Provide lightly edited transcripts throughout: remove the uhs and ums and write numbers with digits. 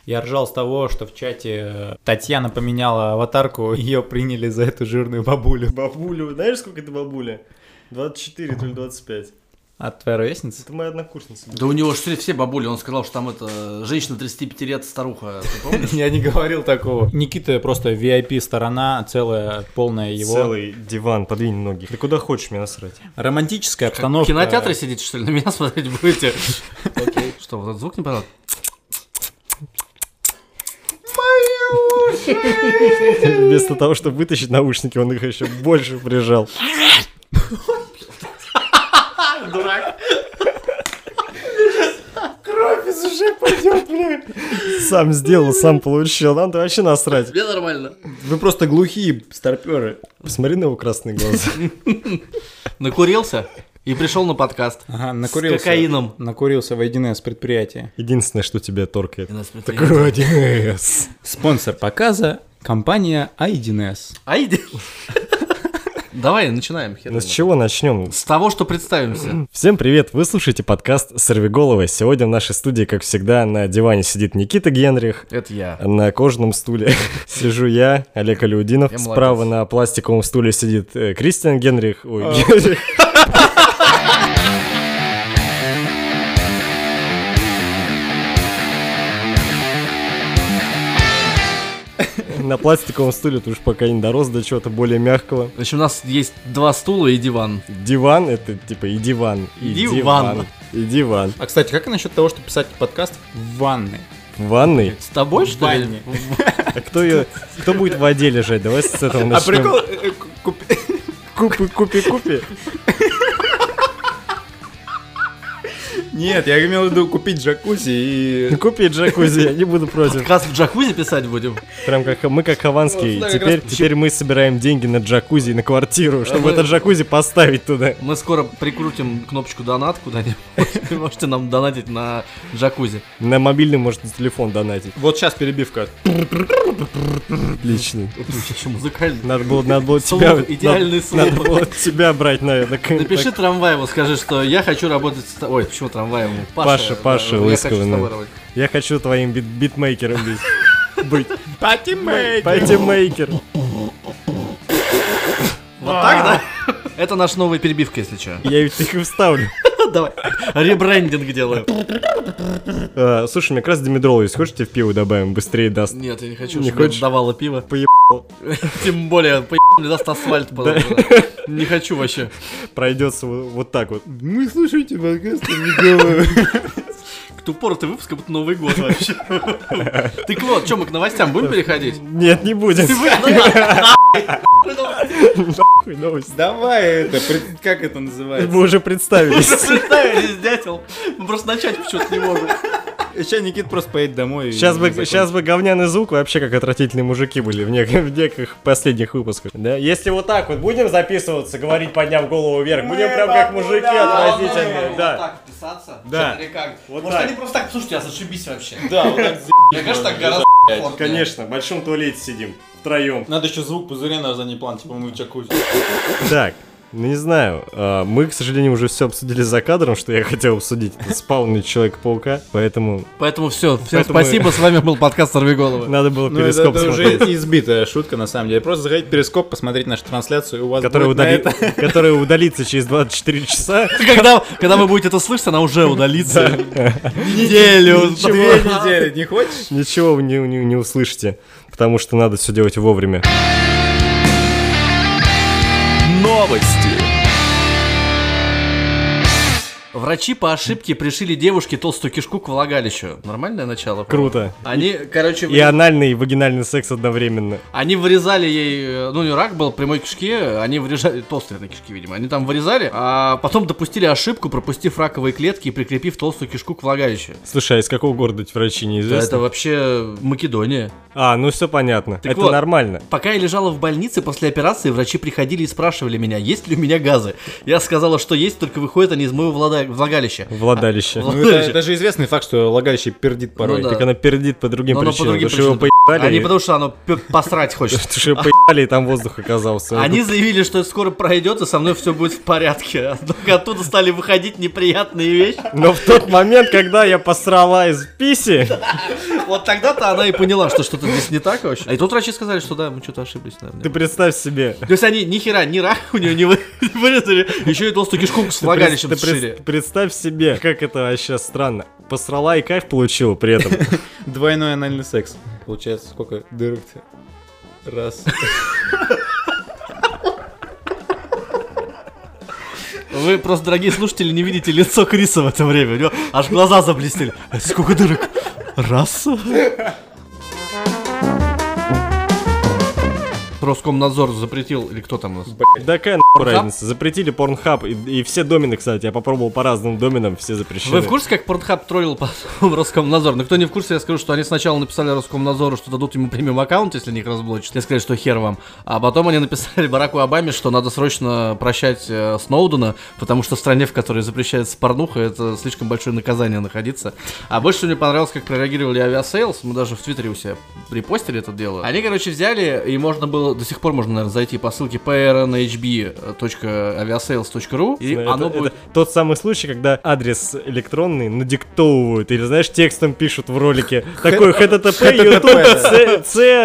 Я ржал с того, что в чате Татьяна поменяла аватарку, ее приняли за эту жирную бабулю. Бабулю, знаешь, сколько это бабуля? 24, то ли 25. От твоей ровесницы? Это моя однокурсница. Да у него же все бабули, он сказал, что там это женщина 35 лет, старуха, ты помнишь? Я не говорил такого. Никита просто VIP-сторона, целая, полная его. Целый диван, подвинь ноги. Ты куда хочешь, мне насрать. Романтическая В обстановка. кинотеатре сидите, что ли? На меня смотреть будете? Окей. Что, вот этот звук не понравился? Вместо того, чтобы вытащить наушники, он их еще больше прижал. Дурак. Кровь из ушей пойдет, блин. Сам сделал, сам получил. Нам-то вообще насрать. Мне нормально. Вы просто глухие старперы. Посмотри на его красные глаза. Накурился и пришел на подкаст. Ага, накурился. С кокаином. Накурился в 1С предприятие. Единственное, что тебя торкает. 1С Такой 1С. Спонсор показа — компания I1S. Айди. Давай, начинаем. Ну с чего начнем? С того, что представимся. Всем привет, вы слушаете подкаст «Сорвиголова». Сегодня в нашей студии, как всегда, на диване сидит Никита Генрих. Это я. На кожаном стуле сижу я, Олег Алиудинов. Я Справа молодец. на пластиковом стуле сидит Кристиан Генрих. Ой, Генрих. На пластиковом стуле ты уж пока не дорос до чего-то более мягкого. Значит, у нас есть 2 стула и диван. Диван — это типа и диван, и Диван. и диван. А, кстати, как насчет того, чтобы писать подкаст в ванной? В ванной. С тобой, что ли? бане. А кто будет в воде лежать? Давай с этого А начнем. прикол... Купи. Нет, я имел в виду купить джакузи и... Купи джакузи, я не буду против. Подкаст в джакузи писать будем? Прям как мы, как Хованский. Вот, да, Теперь мы собираем деньги на джакузи и на квартиру, чтобы мы- этот джакузи поставить туда. Мы скоро прикрутим кнопочку донат куда-нибудь. Вы можете нам донатить на джакузи. На мобильный, может, на телефон донатить. Вот сейчас перебивка. Отлично. Еще музыкальный. Надо было Слух, тебя... идеальный Надо слух. было тебя брать, наверное. Напиши Трамваеву, скажи, что я хочу работать с тобой. Ой, почему Трамваеву? Паша Я хочу Лыскову, с да. тобой работать. Я хочу твоим битмейкером быть. Патимейк! Патимейкер. Вот так, да? Это наша новая перебивка, если что. Я ведь их и вставлю. Давай. Ребрендинг делаю. Слушай, у меня как раз димедрол есть. Хочешь, тебе в пиво добавим? Быстрее даст. Нет, я не хочу, Не чтобы мне хочешь? давало пиво. Поебал. Тем более, мне даст асфальт. потом. Не хочу вообще. Пройдется вот так вот. Мы слушаете подкаст Сорвиголова. К упору ты выпуск, как будто Новый год вообще. Так вот, что, мы к новостям будем переходить? Нет, не будем. Нахуй новость. Давай это, как это называется? Мы уже представились. Представились, дятел. Мы просто начать почему-то не можем. Сейчас Никит просто поедет домой. Сейчас бы говняный звук вообще как отвратительные мужики были в неких последних выпусках. Да? Если вот так вот будем записываться, говорить, подняв голову вверх, будем прям как мужики отвратительные. Да. Так писаться? Да. Или как? Вот Может, так. они просто так, слушайте, а зашибись вообще. Да, вот так Мне кажется, так гораздо комфортнее. Конечно, в большом туалете сидим. Втроем. Надо еще звук пузыря на задний план, типа мы в джакузи. Так, ну не знаю. Мы, к сожалению, уже все обсудили за кадром, что я хотел обсудить. Это спауны Человека-паука, поэтому Поэтому все, всем Поэтому- спасибо, с вами был подкаст «Сорвиголова». надо было Ну, это перископ уже смотреть. избитая шутка, на самом деле. Просто заходите в перископ, посмотреть нашу трансляцию, и у вас Которая будет на это которая удалится через 24 часа. Когда вы будете это слышать, она уже удалится. Неделю. Ничего, 2 недели. Не хочешь? Ничего вы не услышите, потому что надо все делать вовремя. Новости. Врачи по ошибке пришили девушке толстую кишку к влагалищу. Нормальное начало? Круто. Они, короче, И анальный, и вагинальный секс одновременно. они вырезали ей, ну не рак был, прямой кишке, они вырезали, толстые на кишке, видимо, они там вырезали, а потом допустили ошибку, пропустив раковые клетки и прикрепив толстую кишку к влагалищу. Слушай, а из какого города эти врачи, Да, неизвестно? это вообще Македония. Ну все понятно. Так Это вот. нормально. Пока я лежала в больнице после операции, врачи приходили и спрашивали меня, есть ли у меня газы. Я сказала, что есть, только выходят они из моего влагалища. Владалище. Ну, Ну, это же известный факт, что влагалище пердит порой. Ну да. Так она пердит по другим Но оно по причинам. другим Потому что его причинам. поебали. А не потому, что оно посрать хочет. Потому что его поебали, и там воздух оказался. Они заявили, что это скоро пройдет, и со мной все будет в порядке. Однако оттуда стали выходить неприятные вещи. Но в тот момент, когда я посрала из писи, Вот тогда-то она и поняла, что что-то здесь не так вообще. И тут врачи сказали, что да, мы что-то ошиблись, наверное. Ты представь себе. То есть они ни хера, ни рак у нее не вырезали, еще и толстую кишку с влагалищем сшили. Представь себе, как это вообще странно. Посрала и кайф получила при этом. Двойной анальный секс. Получается, сколько дырок-то? Раз. Вы просто, дорогие слушатели, не видите лицо Криса в это время. У него аж глаза заблестели. Это сколько дырок? Раз. Роскомнадзор запретил, или кто там у нас? Да какая нахуй разница? Запретили Pornhub, и все домены, кстати, я попробовал по разным доменам, все запрещены. Вы в курсе, как Pornhub троллил потом Роскомнадзор? Ну, кто не в курсе, я скажу, что они сначала написали Роскомнадзору, что дадут ему премиум аккаунт, если них разблочат. И сказали, что хер вам. А потом они написали Бараку Обаме, что надо срочно прощать Сноудена, потому что в стране, в которой запрещается порнуха, это слишком большое наказание находиться. А больше всего мне понравилось, как прореагировали Aviasales. Мы даже в Твиттере у себя репостили это дело. Они, короче, взяли, и можно было, до сих пор можно, наверное, зайти по ссылке prnhb.aviasales.ru, и оно будет... Это тот самый случай, когда адрес электронный надиктовывают, или, знаешь, текстом пишут в ролике. Такой http, youtube,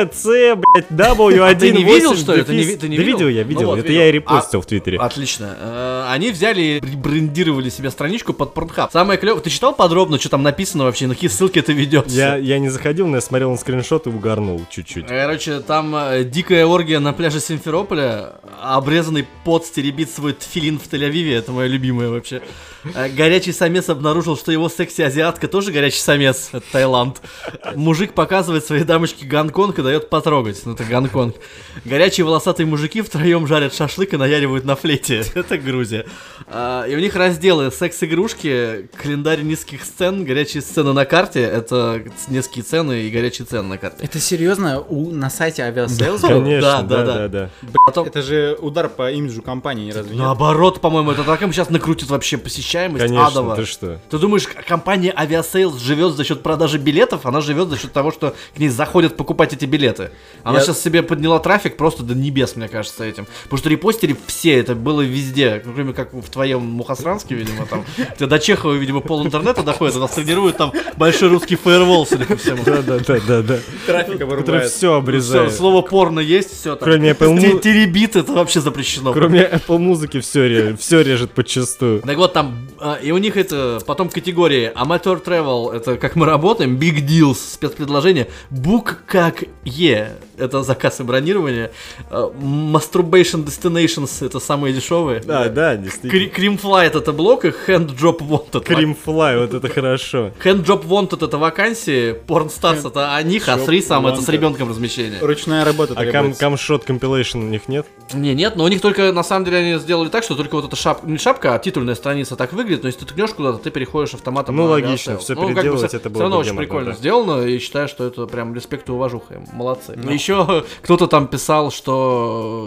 c, блядь, w1, Ты не видел, что ли? Ты не Да видел? видел я, видел. Ну вот, Это видел. я и репостил в Твиттере. Отлично. Они взяли и брендировали себе страничку под Pornhub. Самое клевое, ты читал подробно, что там написано вообще, на какие ссылки это ведется? Я не заходил, но я смотрел на скриншот и угорнул чуть-чуть. Короче, там дикая оргия на пляже Симферополя, обрезанный пот стеребит свой тфилин в Тель-Авиве, это моя любимая вообще. Горячий самец обнаружил, что его секси-азиатка тоже горячий самец, это Таиланд. Мужик показывает своей дамочке Гонконг и дает потрогать, ну это Гонконг. Горячие волосатые мужики втроем жарят шашлык и наяривают на флейте, это Грузия. И у них разделы секс-игрушки, календарь низких сцен, горячие сцены на карте, это низкие цены и горячие цены на карте. Это серьезно? На сайте Aviasales? Конечно, да. да. Потом... Это же удар по имиджу компании, разве нет? Наоборот, по-моему, это так им сейчас накрутит вообще посещаемость Конечно, адово. ты что? Ты думаешь, компания Aviasales живет за счет продажи билетов? Она живет за счет того, что к ней заходят покупать эти билеты. Она сейчас себе подняла трафик просто до небес, мне кажется, этим. Потому что репостили все, это было везде. Кроме как в твоем Мухосранске, видимо, там. До Чехова, видимо, пол интернета доходит, она тренирует там большой русский фаервол, судя по всему. Да. Трафика Который вырубает. все обрезает. Слово порно есть, все там. Кроме Apple Теребит, это вообще запрещено. Кроме Apple музыки все режет подчастую. Так вот, там, и у них это, потом категории Amateur Travel, это как мы работаем, Big Deals, спецпредложение, Book как Е, это заказ и бронирование, Masturbation Destinations, это самые дешевые. Да, действительно. Cream Flight это блок, и Hand Job Wanted. Creamfly, вот это хорошо. Hand Job Wanted это вакансии, Porn Stars это о них, а Job Threesome это с Wanted. ребенком размещение. Ручная работа А требуется. камшот compilation у них нет? Нет, но у них только, на самом деле, они сделали так, что только вот эта шапка, не шапка, а титульная страница так выглядит, но если ты ткнешь куда-то, ты переходишь автоматом Ну, на логично, Aviasales. всё Ну, как бы переделывать, всё- это было всё равно бы очень грамотно, прикольно да. сделано, и считаю, что это прям респект и уважуха им, молодцы. Еще кто-то там писал, что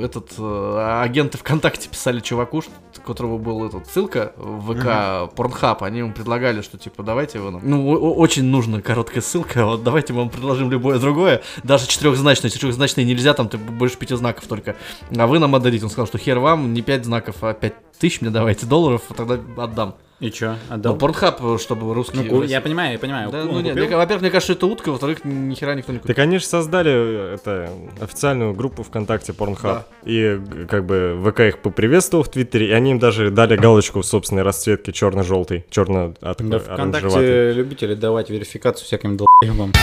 агенты ВКонтакте писали чуваку, у которого был ссылка в ВК Pornhub, они ему предлагали, что типа давайте вы нам, очень нужна короткая ссылка, вот давайте мы вам предложим любое другое, даже четырехзначное нельзя, там ты больше 5 знаков только, а вы нам отдадите. Он сказал, что хер вам, не 5 знаков, а 5000 мне давайте долларов, а тогда отдам. И чё, Но отдал? Порнхаб, чтобы русские... Я понимаю. Да, Ну, нет, купил? во-первых, мне кажется, это утка, во-вторых, ни хера никто не купил. Так они же создали официальную группу ВКонтакте Pornhub. Да. И как бы ВК их поприветствовал в Твиттере, и они им даже дали галочку в собственной расцветке черно-желтый, Да, черно-оранжеватый. ВКонтакте любители давать верификацию всяким долбоебам.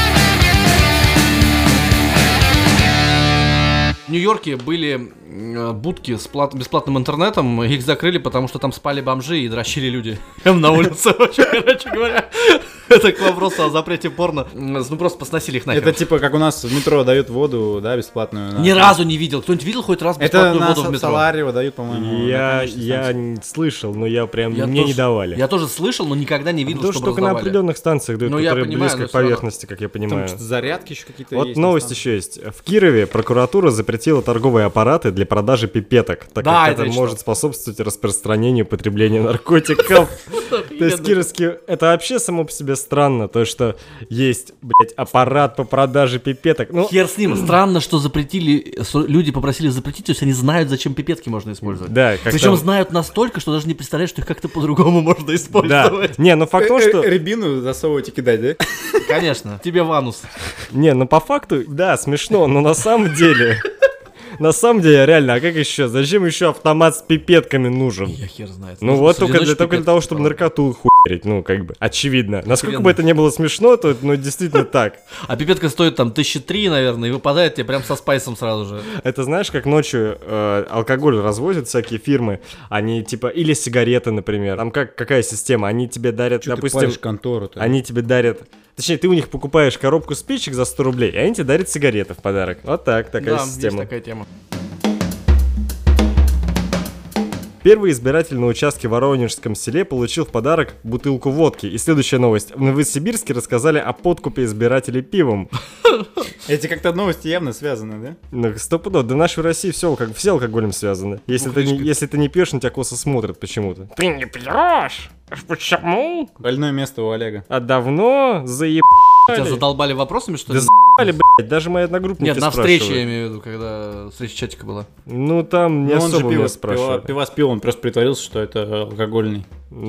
В Нью-Йорке были будки с бесплатным интернетом, их закрыли, потому что там спали бомжи и дрочили люди на улице, короче говоря. Это к вопросу о запрете порно. Ну просто посносили их нахер. Это типа как у нас в метро дают воду, да, бесплатную. Ни разу не видел. Кто-нибудь видел хоть раз Это бесплатную на воду в метро? Саларио дают, по-моему. Я на конечной станции. слышал, но я прям Я мне тоже- не давали. Я тоже слышал, но никогда не видел, Потому чтобы что только на раздавали. определенных станциях дают, Ну, я которые понимаю, близко но к всё равно. поверхности, как я понимаю. Там что-то зарядки еще какие-то Вот есть. новость еще есть. В Кирове прокуратура запретила торговые аппараты для для продажи пипеток, так Да, как это это может способствовать распространению употребления наркотиков. То есть, кировский, это вообще само по себе странно, то, что есть, блядь, аппарат по продаже пипеток. Ну, Хер с ним. Странно, что люди попросили запретить, то есть они знают, зачем пипетки можно использовать. да, как Причем там- знают настолько, что даже не представляют, что их как-то по-другому можно Да. использовать. Не, ну факт в том, что... Рябину засовывать и кидать, да? Конечно. Тебе в анус. Не, ну по факту, да, смешно, но на самом деле... На самом деле, реально, а как еще? Зачем еще автомат с пипетками нужен? Я хер знает. Ну Может, вот среди только ночи для пипетки того, чтобы покупают. наркоту хуярить, ну как бы, очевидно. Насколько Охеренно. бы это не было смешно, то ну действительно так. А пипетка стоит там 1003, наверное, и выпадает тебе прям со спайсом сразу же. Это знаешь, как ночью алкоголь развозят всякие фирмы, они типа, или сигареты, например. Там какая система? Они тебе дарят, Чё ты допустим, палишь контору-то? они тебе дарят... Точнее, ты у них покупаешь коробку спичек за 100 рублей, и они тебе дарят сигареты в подарок. Вот так, такая Да, есть система. такая тема. Первый избиратель на участке в Воронежском селе получил в подарок бутылку водки. И следующая новость. В Новосибирске рассказали о подкупе избирателей пивом. Эти как-то новости явно связаны, да? Ну, стопудово. Да в нашей России все алкоголем связано. Если ты не пьешь, на тебя косо смотрят почему-то. Ты не пьешь? Почему? Больное место у Олега. А давно Тебя заебали. задолбали вопросами, что Да ли? заебали, блядь. Даже мои одногруппники Нет, на спрашивают. встрече, я имею в виду, когда встреча чатика была. Ну, там не Ну, он же особо меня спрашивали. пивас пил, он просто притворился, что это алкогольный.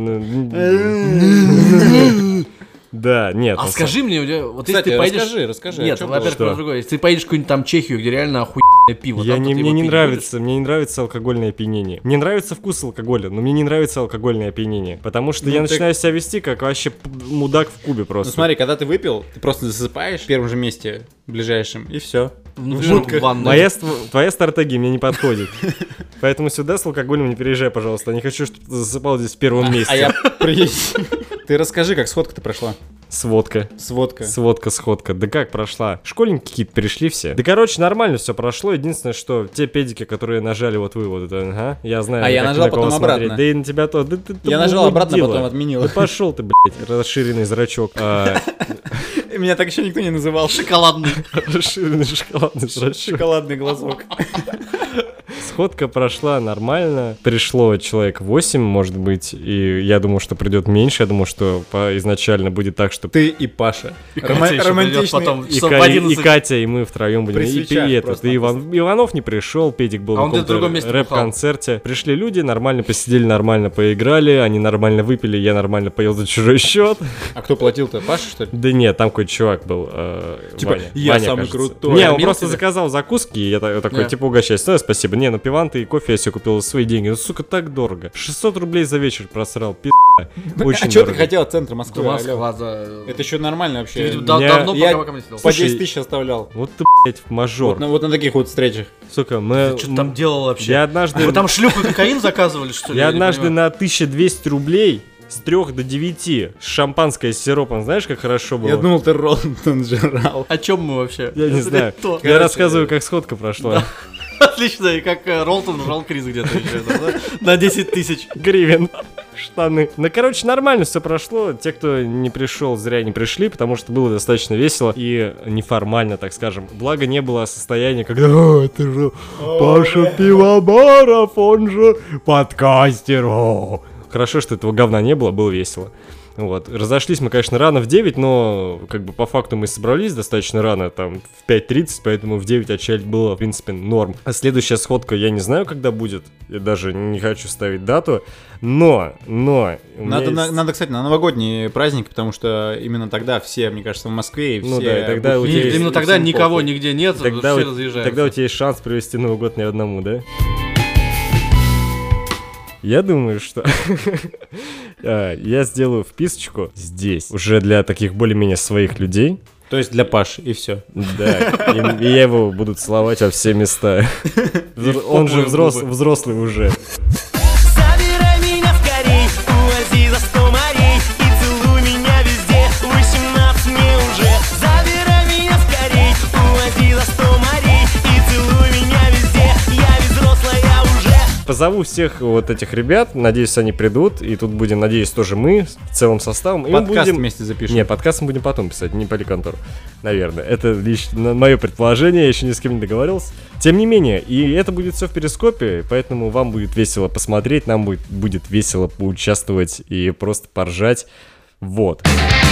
Да, нет. А он скажи мне, вот Кстати, если ты поедешь... расскажи. Нет, о чём во-первых, Что? про другое. Если ты поедешь в какую-нибудь там Чехию, где реально охуенное пиво, там Мне кто-то его не пить нравится, мне не нравится алкогольное опьянение. Мне нравится вкус алкоголя, но мне не нравится алкогольное опьянение. Потому что Ну, я так- начинаю себя вести как вообще мудак в кубе Ну просто. смотри, когда ты выпил, ты просто засыпаешь в первом же месте, ближайшем, и все. будет. в В ванной. Твоя стратегия мне не подходит. Поэтому сюда с алкоголем не переезжай, пожалуйста. Я не хочу, чтобы ты засыпал здесь в первом месте. А я Ты расскажи, как сходка-то прошла. Сводка. Сводка. Сходка. Да как прошла? Школьники какие-то пришли все. Да короче, нормально все прошло. Единственное, что те педики, которые нажали вот вы, вот это, ага, я знаю. А я как нажал на кого потом смотреть. обратно. Да и на тебя то. Да ты Я нажал обратно, мудила. потом отменил. Да пошел ты, блядь, расширенный зрачок. Меня так еще никто не называл. Шоколадный. Расширенный шоколадный зрачок. Шоколадный глазок. Сходка прошла нормально. Пришло человек 8, может быть, и я думаю, что придет меньше. Я думаю, что изначально будет так, что Ты и Паша. Катя еще придет потом и, часов в и 11. Катя, и мы втроем будем. При И свечах это, просто и Иванов не пришел, Педик был А на он где-то в каком-то другом месте рэп-концерте. Пришли люди, нормально посидели, нормально поиграли, они нормально выпили, я нормально поел за чужой счет. А кто платил-то? Паша, что ли? Да нет, там какой-то чувак был. Типа, Ваня. я Ваня, самый кажется. крутой. Не, он Кормил просто тебя? заказал закуски, и я такой, Да. типа, угощайся. Ну, спасибо. Не, ну пиванты и кофе я себе купил за свои деньги. Ну, сука, так дорого. 600 рублей за вечер просрал, Очень А что ты дорого. хотел от центра Москвы? алло? Москва за... Это еще нормально Ты, вообще. видимо, Я- давно я- пока не сидел. По Слушай, 10 тысяч оставлял. Вот ты, блядь, мажор. Вот на таких вот встречах. Сука, мы... Что ты там делал вообще? Я однажды... Вы там шлюху кокаин заказывали, что ли? Я не однажды понимаю. на 1200 рублей с 3 до 9 с шампанское с сиропом, знаешь, как хорошо было? Я думал, ты Ролтон жрал. О чем мы вообще? Я не Это знаю. кто? Я Короче, рассказываю, как сходка прошла. Отлично, и как Ролтон жрал Крис где-то еще, да? На 10 тысяч. Гривен. Штаны. Ну, короче, нормально все прошло. Те, кто не пришел, зря не пришли, потому что было достаточно весело и неформально, так скажем. Благо, не было состояния, когда «О, это же Паша Пивобаров, он же подкастер». О». Хорошо, что этого говна не было, было весело. Вот. Разошлись мы, конечно, рано в 9, но как бы по факту мы собрались достаточно рано, там в 5:30, поэтому в 9 отчалить было, в принципе, норм. А следующая сходка я не знаю, когда будет, я даже не хочу ставить дату, но у меня Надо, есть- надо, кстати, на новогодние праздники, потому что именно тогда все, мне кажется, в Москве и все... Ну да, и тогда у И тебя есть- именно тогда всем никого похуй. нигде нет, тогда, все у, разъезжаются. тогда у тебя есть шанс провести Новый год не одному, да? Я думаю, что я сделаю вписочку здесь, уже для таких более-менее своих людей. То есть для Паши, и все. Да, и я его буду целовать во все места. Он же взрослый уже. Забирай меня скорей, увози за 100 морей и целуй меня везде, 18 мне уже. Забирай меня скорей, увози за 100 морей и целуй меня везде, я ведь взрослая уже. позову всех вот этих ребят, надеюсь, они придут, и тут будем, надеюсь, тоже мы целым составом. И мы Подкаст будем... вместе запишем. Нет, подкаст мы будем потом писать, не пали контору. Наверное. Это лично мое предположение, я еще ни с кем не договаривался. Тем не менее, и это будет все в перископе, поэтому вам будет весело посмотреть, нам будет весело поучаствовать и просто поржать. Вот.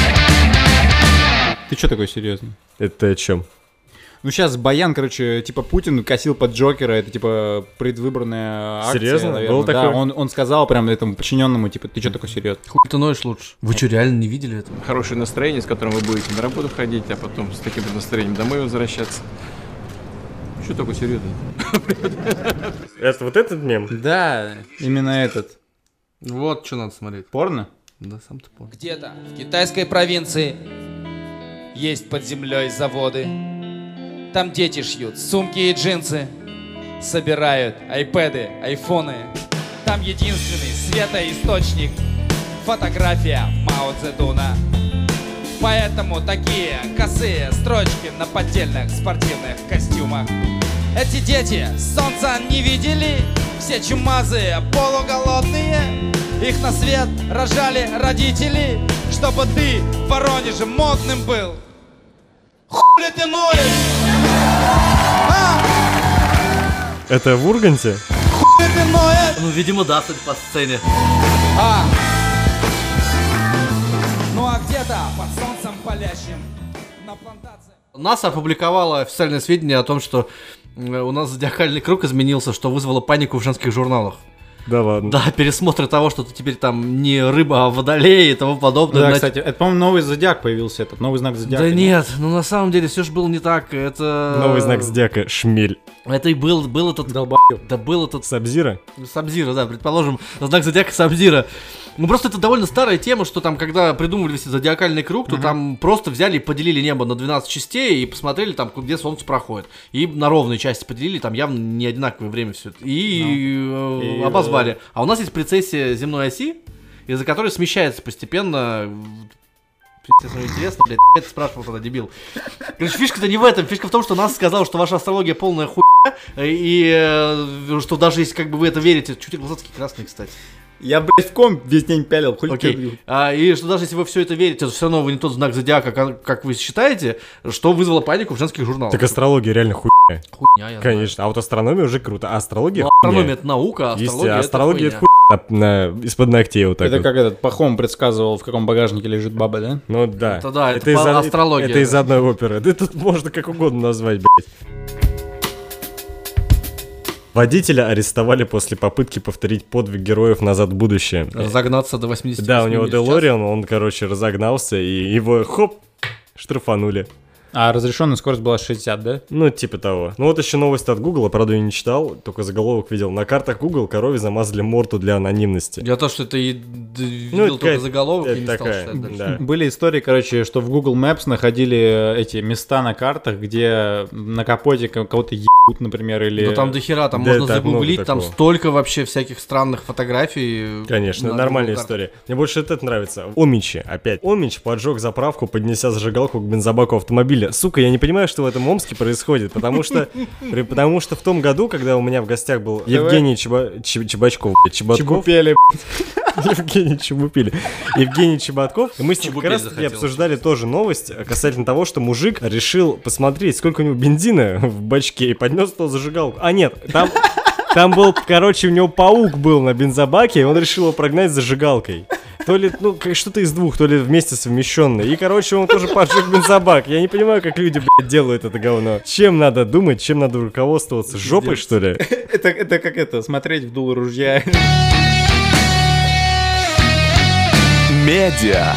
Ты что такой серьезный? Это о чем? Ну, сейчас Баян, короче, типа Путин косил под Джокера, это типа предвыборная акция, Серьезно? наверное. Было Да, такое? он сказал прям этому подчиненному, типа, ты что такой серьезный? Хуй ты ноешь лучше. Вы что, реально не видели этого? Хорошее настроение, с которым вы будете на работу ходить, а потом с таким же настроением домой возвращаться. Что такое серьезно? Это вот этот мем? Да, именно этот. Вот что надо смотреть. Порно? Да, сам ты понял. Где-то в китайской провинции есть под землей заводы. Там дети шьют сумки и джинсы, собирают айпэды, айфоны. Там единственный светоисточник — фотография Мао Цзэдуна. Поэтому такие косые строчки на поддельных спортивных костюмах. Эти дети солнца не видели, все чумазые, полуголодные. Их на свет рожали родители, чтобы ты в Воронеже модным был. Хули ты ноешь? Это в Урганте? Хули ты ноешь? Ну, видимо, да, судя по сцене. Ну а где-то под солнцем палящим на плантации. НАСА опубликовала официальное сведения о том, что у нас зодиакальный круг изменился, что вызвало панику в женских журналах. Да ладно. Да, пересмотры того, что ты теперь там не рыба, а водолей и тому подобное. Да, кстати, это, по-моему, новый зодиак появился, этот новый знак зодиака. Да нет, ну на самом деле все же было не так. Это... Новый знак зодиака — шмель. Это и был этот... Долбоёб. Да был этот... Сабзира? Сабзира, да, предположим, знак зодиака Сабзира. Ну просто это довольно старая тема, что там, когда придумывали зодиакальный круг, то там просто взяли и поделили небо на 12 частей и посмотрели там, где солнце проходит. И на ровные части поделили, там явно не одинаковое время все это. И обозвали. А у нас есть прецессия земной оси, из-за которой смещается постепенно... Пиздец, интересно, блядь, это спрашивал тогда, дебил. Короче, фишка-то не в этом. Фишка в том, что НАСА сказал, что ваша астрология полная хуйня, и что даже если как бы вы это верите... Чуть глаза такие красные, кстати. Я, блядь, в комп весь день пялил, хуй Окей. И что даже если вы все это верите, то все равно вы не тот знак зодиака, как вы считаете, что вызвало панику в женских журналах. Так астрология реально хуйня. Хуйня, я Конечно. А вот астрономия уже круто. А астрология знаю. хуйня. Астрономия — это наука, а астрология, Астрология это это хуйня. Из-под ногтей вот так Это вот. как этот Пахом предсказывал, в каком багажнике лежит баба, да? Ну да. Это да, это астрология, Это из да. одной оперы. Да тут можно как угодно назвать, блядь. Водителя арестовали после попытки повторить подвиг героев «Назад в будущее». Разогнаться до 80. Да, у него Делориан, он, короче, разогнался, и его, хоп, штрафанули. А разрешенная скорость была 60, да? Ну, типа того. Ну, вот еще новость от Гугла, правда, я не читал, только заголовок видел. На картах Google корове замазали морду для анонимности. Я то, что это и видел только заголовок, и не стал читать дальше. да. Были истории, короче, что в Google Maps находили эти места на картах, где на капоте кого-то ебут, например, или... Да там до хера, там Да, можно так много загуглить, там такого. столько вообще всяких странных фотографий. Конечно, на нормальная Google история. Мне больше это нравится. Омичи, опять. Омич поджег заправку, поднеся зажигалку к бензобаку автомобиля. Сука, я не понимаю, что в этом Омске происходит, потому что в том году, когда у меня в гостях был Евгений Чебачков, Чебупели, Евгений Чебупили. Евгений Чеботков. И мы с ним как Чебупель раз таки захотелось. обсуждали тоже новость касательно того, что мужик решил посмотреть, сколько у него бензина в бачке, и поднес туда зажигалку. А нет, там был, короче, у него паук был на бензобаке, и он решил его прогнать зажигалкой. То ли, ну, что-то из двух, то ли вместе совмещенное. И, короче, он тоже поджег бензобак. Я не понимаю, как люди, блядь, делают это говно. Чем надо думать, чем надо руководствоваться? Жопой, что ли? это как это, смотреть в дуло ружья. Медиа.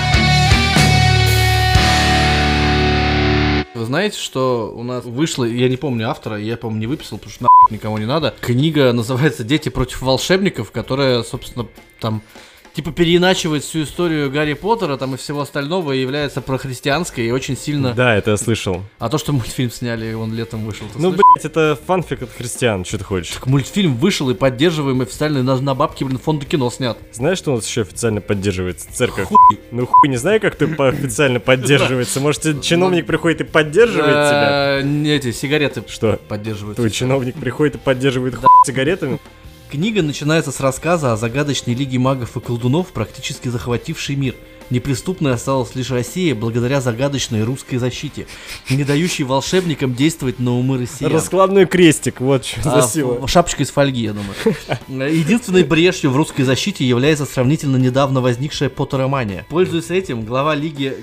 Вы знаете, что у нас вышло, я не помню автора, я, по-моему, не выписал, потому что нахуй никому не надо. Книга называется «Дети против волшебников», которая, собственно, там... типа переиначивает всю историю Гарри Поттера там и всего остального и является прохристианской и очень сильно... Да, это я слышал. А то, что мультфильм сняли, и он летом вышел, ты Ну, слышал? блядь, это фанфик от христиан, что ты хочешь? Так мультфильм вышел и поддерживаем официально на бабки, блин, фонда кино снят. Знаешь, что у нас еще официально поддерживается? Церковь. Ну хуй, не знаю, как ты официально поддерживается. Может, чиновник приходит и поддерживает тебя? Эти сигареты Что? поддерживают. Твой чиновник приходит и поддерживает хуй сигаретами? Книга начинается с рассказа о загадочной лиге магов и колдунов, практически захватившей мир. Неприступной осталась лишь Россия благодаря загадочной русской защите, не дающей волшебникам действовать на умы россиян. Раскладной крестик, вот что за сила. Шапочка из фольги, я думаю. Единственной брешью в русской защите является сравнительно недавно возникшая Поттеромания. Пользуясь этим, глава Лиги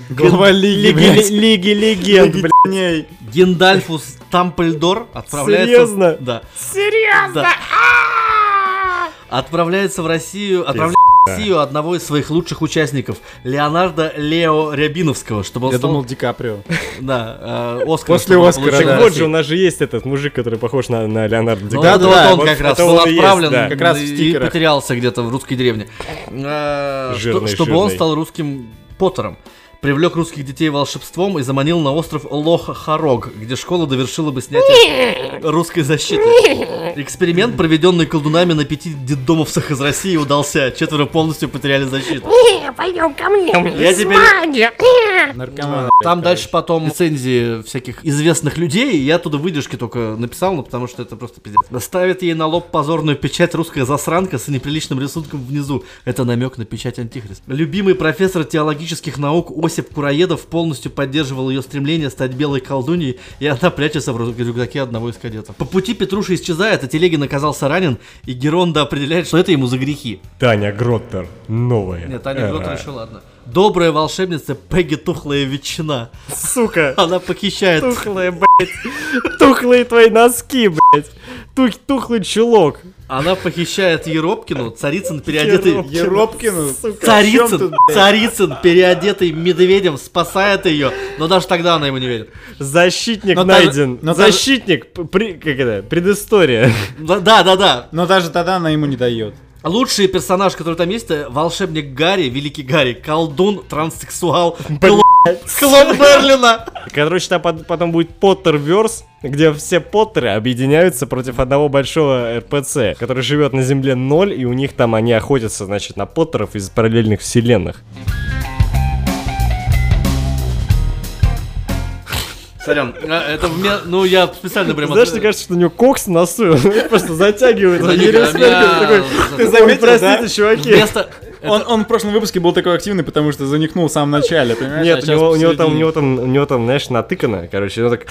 Лиги легенд, блядь. Гендальфус Тампельдор отправляется... Серьезно? Да. Серьезно? Отправляется в Россию... одного из своих лучших участников, Леонардо Лео Рябиновского, чтобы он Я стал... думал, Ди Каприо. Да, Оскар. После Оскара, Так да. вот же, у нас же есть этот мужик, который похож на Леонардо Ди Ну, Каприо. вот да, он вот как раз это был он и есть, отправлен да. Как раз в и стикерах. потерялся где-то в русской деревне. Жирный, Чтобы он жирный. стал русским Поттером. Привлек русских детей волшебством и заманил на остров Лох-Хорог, где школа довершила бы снятие русской защиты. Эксперимент, проведенный колдунами на 5 детдомовцах из России, удался. 4 полностью потеряли защиту. Пойдем ко мне. Я теперь... Наркоман. Там дальше потом рецензии всяких известных людей, я оттуда выдержки только написал, ну потому что это просто пиздец. Ставит ей на лоб позорную печать русская засранка с неприличным рисунком внизу. Это намек на печать Антихрист. Любимый профессор теологических наук Осип Кураедов полностью поддерживал ее стремление стать белой колдуньей, и она прячется в рюкзаке одного из кадетов. По пути Петруша исчезает, а Телегин оказался ранен, и Геронда определяет, что это ему за грехи. Таня Гроттер, новая. Нет, Таня Гроттер еще ладно. Добрая волшебница Пегги Тухлая Ветчина. Сука. Она похищает... Тухлые, блядь. Тухлые твои носки, блядь. Тухлый чулок. Она похищает Еропкину, Царицын переодетый... Еропкину? Царицын, переодетый медведем, спасает ее, но даже тогда она ему не верит. Защитник Но даже- найден. но даже- Защитник, как это, предыстория. Да. Но даже тогда она ему не дает. Лучший персонаж, который там есть, это волшебник Гарри, великий Гарри, колдун, транссексуал, клон Мерлина. Короче, там потом будет Поттерверс, где все Поттеры объединяются против одного большого РПЦ, который живет на Земле 0, и у них там они охотятся, значит, на Поттеров из параллельных вселенных. Сорян, это ну я специально прям... Знаешь, мне кажется, что у него кокс в носу, он просто затягивает. Да Он не, не да, респектует, такой, Ты «Ой, заметил, простите, да? чуваки. Вместо... Он в прошлом выпуске был такой активный, потому что заникнул в самом начале, понимаешь? Нет, А сейчас у него посередине. там, знаешь, натыкано, короче, он так...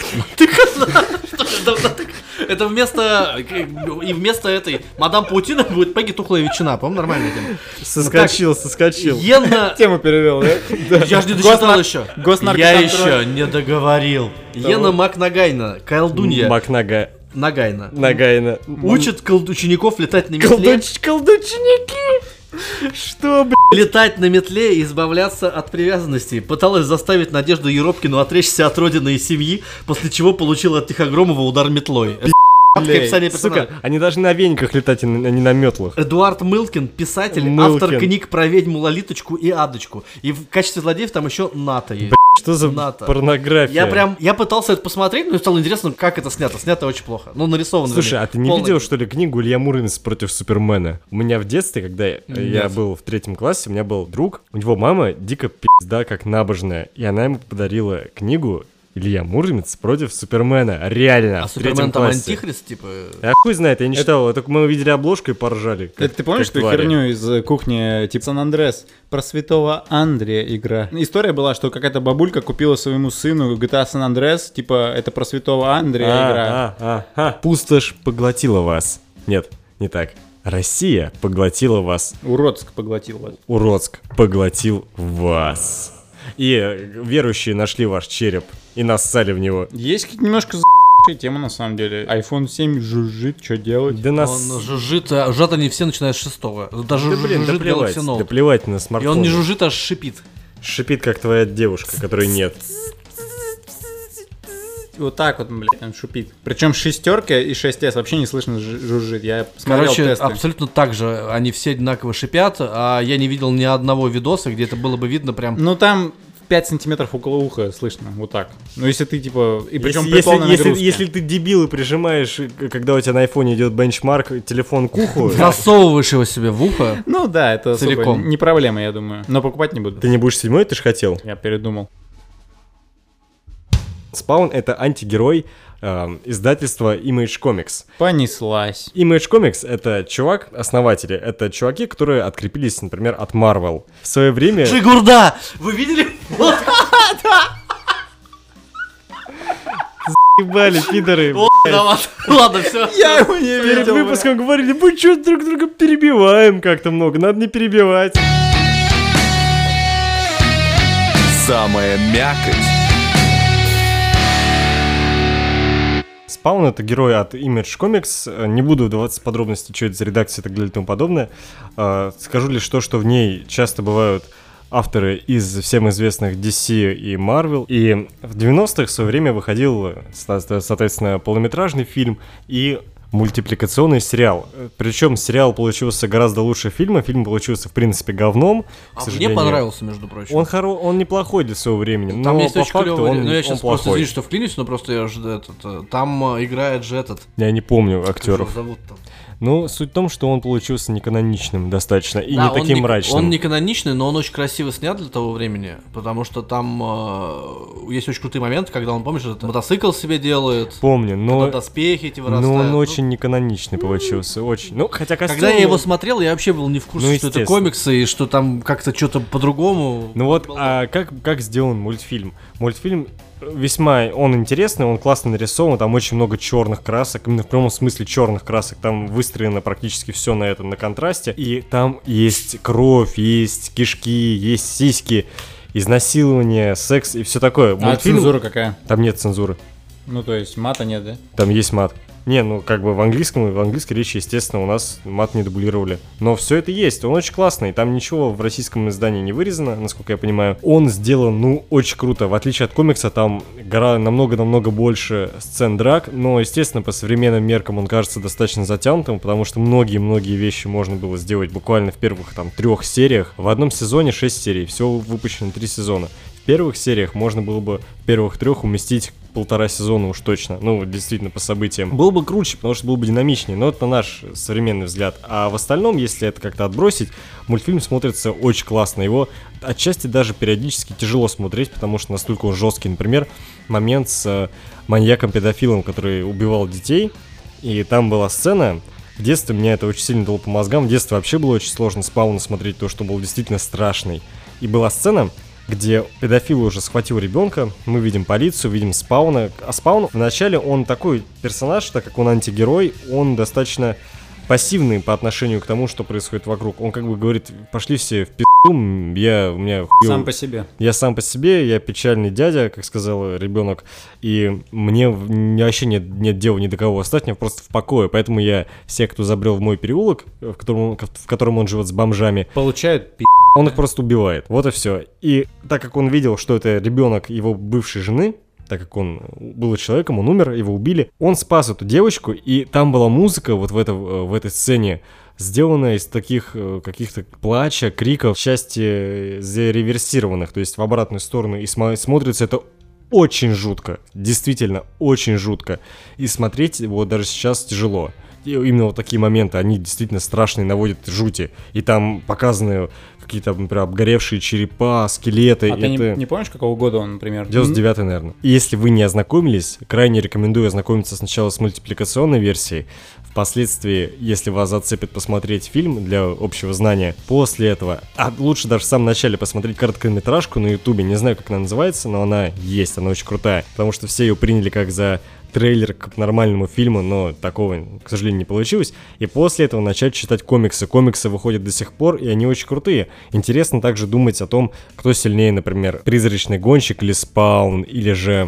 Это вместо... И вместо этой мадам Паутина будет Пегги Тухлая Ветчина, по-моему, нормальная тема. Соскочил. Йенна... Тему перевел, да? Я же не дочитал Госнар- еще. Я госнаркоконтроль. еще не договорил. Йена Макнагайна, колдунья Макнага... Нагайна. Нагайна. Учит учеников летать на метле. Колдучники! Что, блядь? Летать на метле и избавляться от привязанностей. Пыталась заставить Надежду Еропкину отречься от родины и семьи, после чего получила от Тихогромова удар метлой. Краткое описание персонажа. Сука, они должны на вениках летать, а не на метлах. Эдуард Мылкин, писатель, Мылкин. автор книг про ведьму Лолиточку и Адочку. И в качестве злодеев там еще Ната есть. Что за НАТО. порнография? Я пытался это посмотреть, но стало интересно, как это снято. Снято очень плохо. Ну, нарисовано. Слушай, вернее. а ты не Полный- видел, что ли, книгу Илья Муромец против Супермена? У меня в детстве, когда я был в 3 классе, у меня был друг, у него мама дико пизда как набожная, и она ему подарила книгу Илья Муромец против Супермена. Реально, А в 3 Супермен там классе. антихрист, типа... А хуй знает, я не читал, только мы увидели обложку и поржали. как- Это ты помнишь как ту твари. херню из кухни типа Сан-Андрес? Про святого Андрея игра. История была, что какая-то бабулька купила своему сыну GTA Сан-Андрес, типа это про святого Андрея игра. Пустошь поглотила вас. Нет, не так. Россия поглотила вас. Уродск поглотил вас. Уродск поглотил вас. И верующие нашли ваш череп и нассали в него. Есть какие-то немножко за***шие темы на самом деле. iPhone 7 жужжит, что делать? Да нас... Он жужжит, а жужжат они все, начиная с 6-го. Даже Да блин, да жужжит плевать, Galaxy да Note. плевать на И смартфон. он не жужжит, а шипит. Шипит, как твоя девушка, которой нет. Вот так вот, блядь, он шупит. Причем шестерка и 6S вообще не слышно жужжит. Я смотрел Короче, тесты. абсолютно так же они все одинаково шипят, а я не видел ни одного видоса, где это было бы видно прям... Ну там 5 сантиметров около уха слышно, вот так. Ну если ты типа... И причем при Если, полной нагрузке. если ты дебил и прижимаешь, когда у тебя на айфоне идет бенчмарк, телефон к уху, Засовываешь его себе в ухо. Ну да, это особо Целиком. не проблема, я думаю. Но покупать не буду. ты не будешь 7, ты ж хотел. Я передумал. Спаун — это антигерой издательства Image Comics. Понеслась. Image Comics — это основатели, это чуваки, которые открепились, например, от Marvel. В свое время... Жигурда! Вы видели? Ебали, пидоры. Ладно, все. Я его не Перед выпуском говорили, мы что друг друга перебиваем как-то много, надо не перебивать. Самая мякоть. Спаун — это герой от Image Comics. Не буду вдаваться в подробности, что это за редакция и так далее и тому подобное. Скажу лишь то, что в ней часто бывают авторы из всем известных DC и Marvel. И в 90-х в свое время выходил, соответственно, полнометражный фильм и мультипликационный сериал. Причем сериал получился гораздо лучше фильма. Фильм получился, в принципе, говном. Мне понравился, между прочим. Он неплохой для своего времени. Там но есть по очень факту клевый. он, Ну, я он сейчас плохой. просто извините, что вклинюсь, но просто я же там играет же этот. Я не помню Как актеров. его зовут-то? Ну, суть в том, что он получился неканоничным достаточно и Да, не таким мрачным. Он не каноничный, но он очень красиво снят для того времени, потому что там есть очень крутые моменты, когда он, помнишь, этот мотоцикл себе делает, Помню, но, когда доспехи эти вырастают. но он Ну, очень неканоничный получился, очень. Ну, хотя костюм... когда я его смотрел, я вообще был не в курсе, Ну, что это естественно. комиксы и что там как-то что-то по-другому. Ну вот, а как сделан мультфильм? Мультфильм весьма, он интересный, он классно нарисован, там очень много черных красок, именно в прямом смысле черных красок, там выстроено практически все на этом, на контрасте, и там есть кровь, есть кишки, есть сиськи, изнасилование, секс и все такое. А цензура какая? Там нет цензуры, Ну, то есть мата нет, да? там есть мат. Не, ну как бы в английской речи, естественно, у нас мат не дублировали. Но все это есть, он очень классный, там ничего в российском издании не вырезано, насколько я понимаю. Он сделан, ну, очень круто. В отличие от комикса, там намного-намного больше сцен драк, но, естественно, по современным меркам он кажется достаточно затянутым, потому что многие-многие вещи можно было сделать буквально в первых, там, 3 сериях. В одном сезоне 6 серий, всего выпущено 3 сезона. В первых сериях можно было бы в первых 3 уместить 1,5 сезона уж точно, ну, действительно, по событиям. Было бы круче, потому что было бы динамичнее, но это наш современный взгляд. А в остальном, если это как-то отбросить, мультфильм смотрится очень классно. Его отчасти даже периодически тяжело смотреть, потому что настолько он жесткий. Например, момент с маньяком-педофилом, который убивал детей, и там была сцена... В детстве меня это очень сильно дало по мозгам. В детстве вообще было очень сложно Спауна смотреть, то, что был действительно страшный. И была сцена, где педофил уже схватил ребенка, мы видим полицию, видим Спауна. А Спаун вначале он такой персонаж, так как он антигерой, он достаточно пассивный по отношению к тому, что происходит вокруг. Он как бы говорит, пошли все в пизду, у меня Сам по себе. я сам по себе, я печальный дядя, как сказал ребенок, и мне вообще нет дела ни до кого, оставь меня просто в покое, поэтому я всех, кто забрел в мой переулок, в котором он живет с бомжами, Получают он их просто убивает, вот и все. И так как он видел, что это ребенок его бывшей жены, так как он был человеком, он умер, его убили, он спас эту девочку, и там была музыка вот в этой сцене, сделанная из таких каких-то плача, криков, части зареверсированных, то есть в обратную сторону, и смотрится это очень жутко, действительно очень жутко, и смотреть его даже сейчас тяжело. И именно вот такие моменты, они действительно страшные, наводят жути. И там показаны какие-то, например, обгоревшие черепа, скелеты. А ты не помнишь, какого года он, например? 99-й, наверное. И если вы не ознакомились, крайне рекомендую ознакомиться сначала с мультипликационной версией. Впоследствии, если вас зацепит посмотреть фильм для общего знания, после этого, а лучше даже в самом начале посмотреть короткометражку на ютубе, не знаю, как она называется, но она есть, она очень крутая. Потому что все ее приняли как за трейлер к нормальному фильму, но такого, к сожалению, не получилось. И после этого начать читать комиксы. Комиксы выходят до сих пор, и они очень крутые. Интересно также думать о том, кто сильнее, например, Призрачный гонщик или Спаун, или же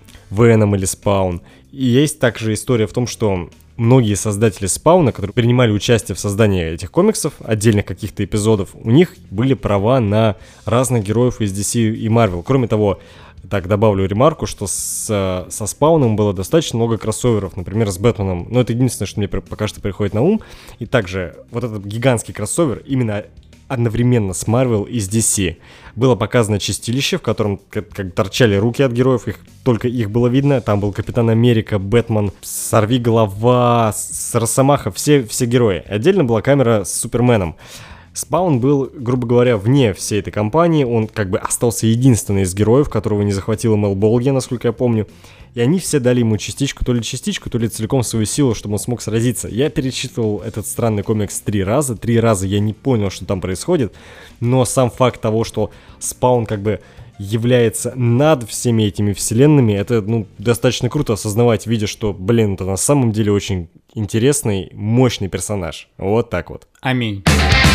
Веном или Спаун. И есть также история в том, что многие создатели Спауна, которые принимали участие в создании этих комиксов, отдельных каких-то эпизодов, у них были права на разных героев из DC и Marvel. Кроме того, так, добавлю ремарку, что со Спауном было достаточно много кроссоверов, например, с Бэтменом. Но это единственное, что мне пока что приходит на ум. И также вот этот гигантский кроссовер именно одновременно с Marvel и с DC. Было показано чистилище, в котором как торчали руки от героев, только их было видно. Там был Капитан Америка, Бэтмен, Сорвиголова, Росомаха, все герои. Отдельно была камера с Суперменом. Спаун был, грубо говоря, вне всей этой кампании, он как бы остался единственный из героев, которого не захватила Мел Болги, насколько я помню. И они все дали ему частичку, то ли целиком свою силу, чтобы он смог сразиться. Я перечитывал этот странный комикс 3 раза. 3 раза я не понял, что там происходит. Но сам факт того, что Спаун как бы является над всеми этими вселенными, это, ну, достаточно круто осознавать, видя, что, блин, это на самом деле очень интересный, мощный персонаж. Вот так вот. Аминь.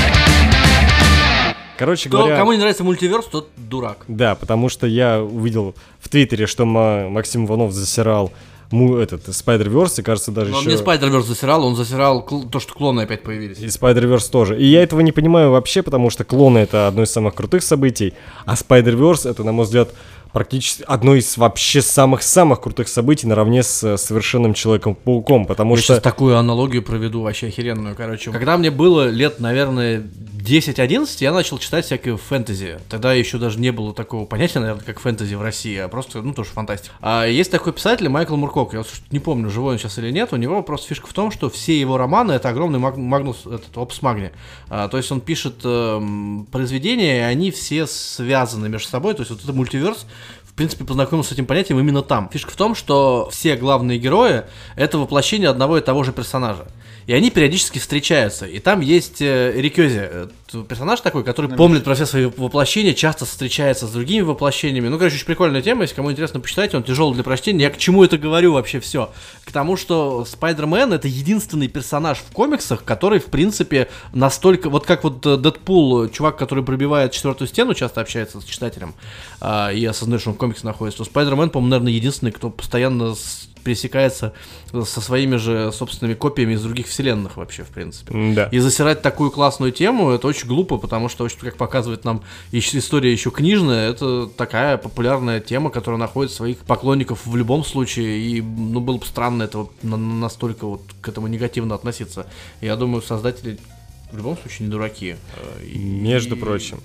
Короче говоря... Кому не нравится мультиверс, тот дурак. Да, потому что я увидел в Твиттере, что Максим Иванов засирал этот Spider-Verse, и, кажется, даже Но еще... он не Spider-Verse засирал, он засирал то, что клоны опять появились. И Spider-Verse тоже. И я этого не понимаю вообще, потому что клоны — это одно из самых крутых событий, а Spider-Verse — это, на мой взгляд, практически одно из вообще самых-самых крутых событий наравне с Совершенным Человеком-пауком, потому Я что... сейчас такую аналогию проведу, вообще охеренную, короче. Когда мне было лет, наверное, 10-11, я начал читать всякие фэнтези. Тогда еще даже не было такого понятия, наверное, как фэнтези в России, а просто, ну, тоже фантастика. А есть такой писатель Майкл Муркок, я не помню, живой он сейчас или нет, у него просто фишка в том, что все его романы — это огромный магнус, опус магни. То есть он пишет произведения, и они все связаны между собой, то есть вот это мультиверс, в принципе, познакомился с этим понятием именно там. Фишка в том, что все главные герои — это воплощение одного и того же персонажа. И они периодически встречаются. И там есть Рикёзи, персонаж такой, который помнит про все свои воплощения, часто встречается с другими воплощениями. Ну, короче, очень прикольная тема, если кому интересно, почитайте, он тяжелый для прочтения. Я к чему это говорю вообще все? К тому, что Спайдермен — это единственный персонаж в комиксах, который, в принципе, настолько... Вот как вот Дэдпул, чувак, который пробивает четвертую стену, часто общается с читателем и осознает, что он в комиксе находится, то Спайдермен, по-моему, наверное, единственный, кто постоянно пересекается со своими же собственными копиями из других вселенных вообще, в принципе. Да. И засирать такую классную тему, это очень глупо, потому что, как показывает нам история еще книжная, это такая популярная тема, которая находит своих поклонников в любом случае, и, ну, было бы странно это вот настолько вот к этому негативно относиться. Я думаю, создатели в любом случае не дураки. Между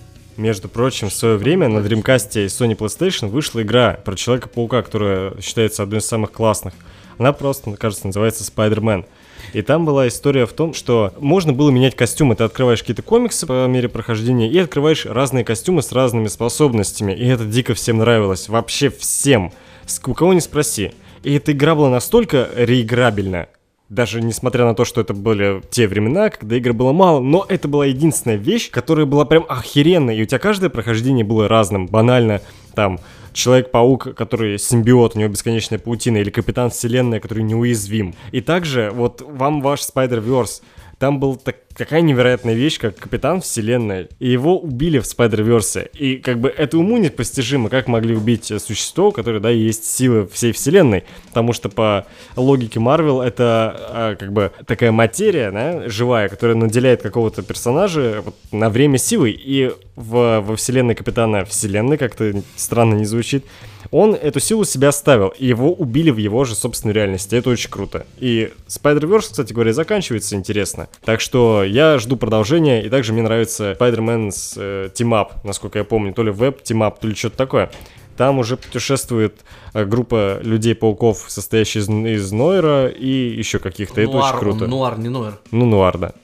прочим, в свое время на Dreamcast и Sony PlayStation вышла игра про Человека-паука, которая считается одной из самых классных. Она просто, кажется, называется Spider-Man. И там была история в том, что можно было менять костюмы. Ты открываешь какие-то комиксы по мере прохождения и открываешь разные костюмы с разными способностями. И это дико всем нравилось. Вообще всем. У кого ни спроси. И эта игра была настолько реиграбельна. Даже несмотря на то, что это были те времена, когда игр было мало, но это была единственная вещь, которая была прям охеренной, и у тебя каждое прохождение было разным. Банально, там, Человек-паук, который симбиот, у него бесконечная паутина, или Капитан Вселенная, который неуязвим. И также, вот вам ваш Spider-Verse. Там была такая невероятная вещь, как Капитан Вселенная, и его убили в Spider-Verse. И как бы это уму непостижимо, как могли убить существо, которое, да, есть силы всей Вселенной. Потому что по логике Marvel это как бы такая материя, да, живая, которая наделяет какого-то персонажа вот, на время силой. И во Вселенной Капитана Вселенной, как-то странно не звучит, он эту силу себя оставил, и его убили в его же собственной реальности. Это очень круто. И Spider-Verse, кстати говоря, заканчивается интересно. Так что я жду продолжения, и также мне нравится Spider-Man с Team Up, насколько я помню. То ли веб Team Up, то ли что-то такое. Там уже путешествует группа людей-пауков, состоящая из Нойра и еще каких-то. Это очень круто. Нуар, не Нойр. Ну, Нуар, да.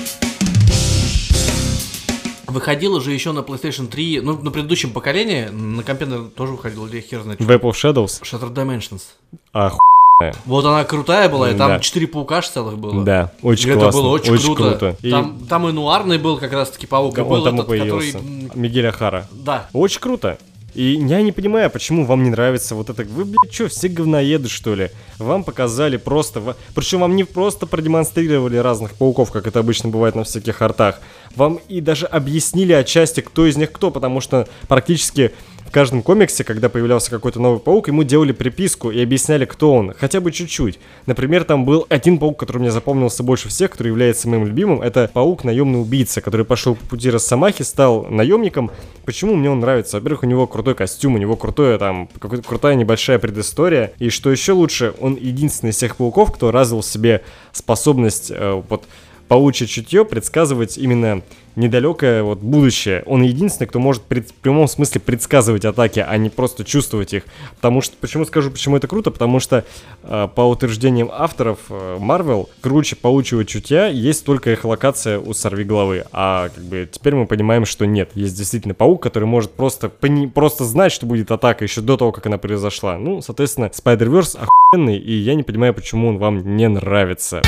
Выходило же еще на PlayStation 3, ну, на предыдущем поколении, на компе тоже выходило, или хер знает. Web of Shadows? Shattered Dimensions. Вот она крутая была, и там да. 4 паука целых было. Да, очень это классно. Это было очень круто. И... Там и нуарный был как раз-таки паук, да, и был он там этот, и появился. который... Мигель Ахара. Да. Очень круто. И я не понимаю, почему вам не нравится вот это. Вы, блядь, что, все говноеды, что ли? Вам показали просто... Причем вам не просто продемонстрировали разных пауков, как это обычно бывает на всяких артах. Вам и даже объяснили отчасти, кто из них кто, потому что практически в каждом комиксе, когда появлялся какой-то новый паук, ему делали приписку и объясняли, кто он, хотя бы чуть-чуть. Например, там был один паук, который мне запомнился больше всех, который является моим любимым, это паук-наемный убийца, который пошел по пути Росомахи, стал наемником. Почему мне он нравится? Во-первых, у него крутой костюм, у него крутая небольшая предыстория, и что еще лучше, он единственный из всех пауков, кто развил в себе способность паучье чутье предсказывать именно недалекое вот будущее. Он единственный, кто может в прямом смысле предсказывать атаки, а не просто чувствовать их. Потому что, почему это круто? Потому что по утверждениям авторов Marvel, круче паучьего чутья есть только эхолокация у Сорвиголовы. А как бы теперь мы понимаем, что нет. Есть действительно паук, который может просто знать, что будет атака еще до того, как она произошла. Ну, соответственно, Spider-Verse охуенный, и я не понимаю, почему он вам не нравится.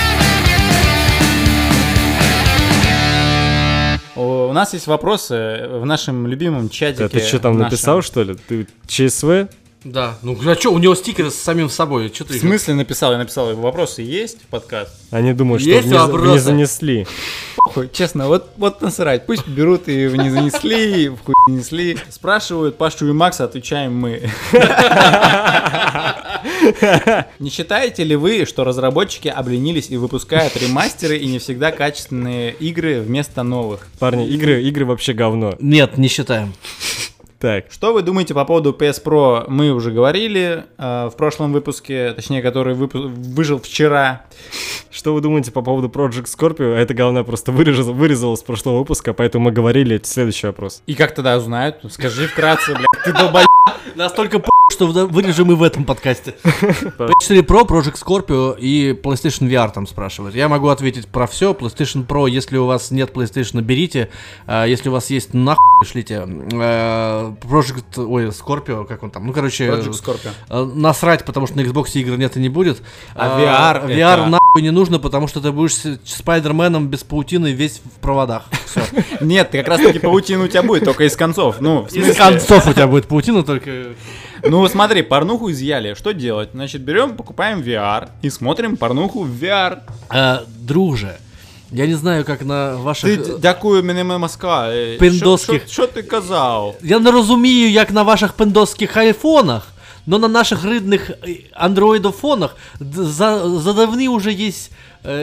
У нас есть вопросы в нашем любимом чатике. Ты что там написал, что ли? Ты ЧСВ? Да, ну а что, у него стикеры с самим собой. Чё ты В смысле написал? Я написал, вопросы есть в подкаст? Они думают, что Есть не занесли. Похуй, честно, вот насрать. Пусть берут и в не занесли, и в хуй занесли. Спрашивают Пашу и Макса, отвечаем мы. Не считаете ли вы, что разработчики обленились и выпускают ремастеры и не всегда качественные игры вместо новых? Парни, игры вообще говно. Нет, не считаем. Так. Что вы думаете по поводу PS Pro? Мы уже говорили в прошлом выпуске, точнее, который выжил вчера. Что вы думаете по поводу Project Scorpio? Это говно просто вырезало с прошлого выпуска, поэтому мы говорили. Следующий вопрос. И как тогда узнают? Скажи вкратце, блядь, ты долбоеб. Настолько что вырежем и в этом подкасте. PS4 Pro, Project Scorpio и PlayStation VR там спрашивают. Я могу ответить про все. PlayStation Pro, если у вас нет PlayStation, берите. Если у вас есть, нахуй шлите. Scorpio, как он там? Ну, короче, Project Scorpio. Насрать, потому что на Xbox игр нет и не будет. А VR нахуй не нужно, потому что ты будешь Спайдерменом без паутины весь в проводах. Все. Нет, как раз таки паутина у тебя будет, только из концов. Ну, в смысле... Из концов у тебя будет паутина, только... Ну, смотри, порнуху изъяли. Что делать? Значит, берем, покупаем VR и смотрим порнуху в VR. Друже, я не знаю, как на ваших... Ти дякую, мене Москва. Пиндоских. Що ти казав? Я не розумію, як на ваших пиндоских айфонах, но на наших рідних андроидофонах задавні уже есть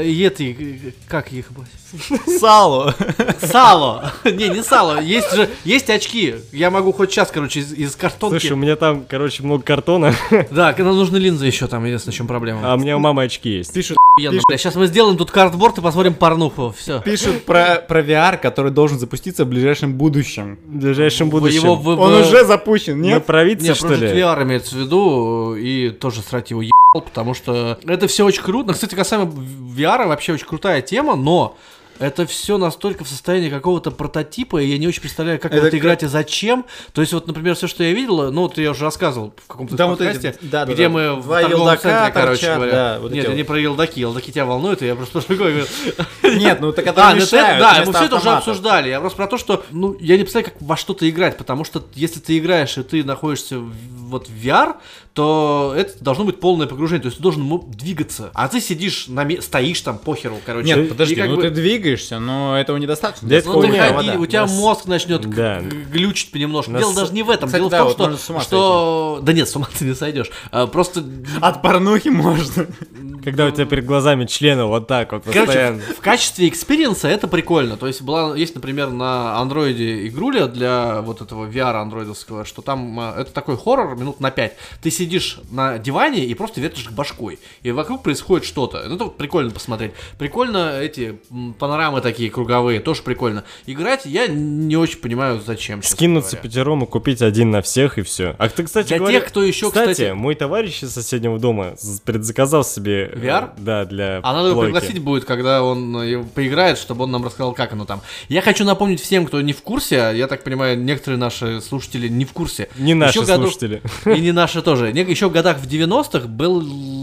как их? Сало. Сало. Не сало. Есть очки. Я могу хоть сейчас, короче, из картонки. Слушай, у меня там, короче, много картона. Да, нам нужны линзы еще, там единственное, в чем проблема. А у меня у мамы очки есть. Пишут Сейчас мы сделаем тут картборд и посмотрим порнуху. Все. Пишут про VR, который должен запуститься в ближайшем будущем. В ближайшем будущем. Он уже запущен, На нет? правительстве, Нет, что Project ли? VR имеется в виду, и тоже срать его потому что это все очень круто. Кстати, касаемо VR, вообще очень крутая тема, но это все настолько в состоянии какого-то прототипа, и я не очень представляю, как в это играть и зачем. То есть, вот, например, все, что я видел, ну, вот я уже рассказывал в каком-то подкасте, где мы в торговом центре, короче говоря. Да, вот нет, это не про елдаки тебя волнует, и я просто говорю... Нет, ну так это мешает. Да, мы все это уже обсуждали. Я просто про то, что, ну, я не представляю, как во что-то играть, потому что если ты играешь, и ты находишься вот в VR, то это должно быть полное погружение, то есть ты должен двигаться, а ты сидишь, стоишь там, похеру, короче. Нет, подожди, ты двигаешься, но этого недостаточно. Ну ты ходи, у тебя мозг начнет глючить понемножку. Дело даже не в этом, дело в том, что... Да нет, с ума ты не сойдешь, просто... От порнухи можно. Когда у тебя перед глазами члены вот так вот постоянно. Короче, в качестве экспириенса это прикольно. То есть есть, например, на андроиде игруля для вот этого VR андроидовского, что там это такой хоррор минут на 5. Ты сидишь на диване и просто вертишь башкой. И вокруг происходит что-то. Ну, это прикольно посмотреть. Прикольно эти панорамы такие круговые, тоже прикольно. Играть я не очень понимаю, зачем. Скинуться пятером и купить один на всех и все. А ты, кстати, для тех, кто еще, кстати, мой товарищ из соседнего дома предзаказал себе VR? Да, для А надо его пригласить будет, когда он поиграет, чтобы он нам рассказал, как оно там. Я хочу напомнить всем, кто не в курсе, я так понимаю, некоторые наши слушатели не в курсе. Не наши слушатели. И не наши тоже. Еще в годах в 90-х был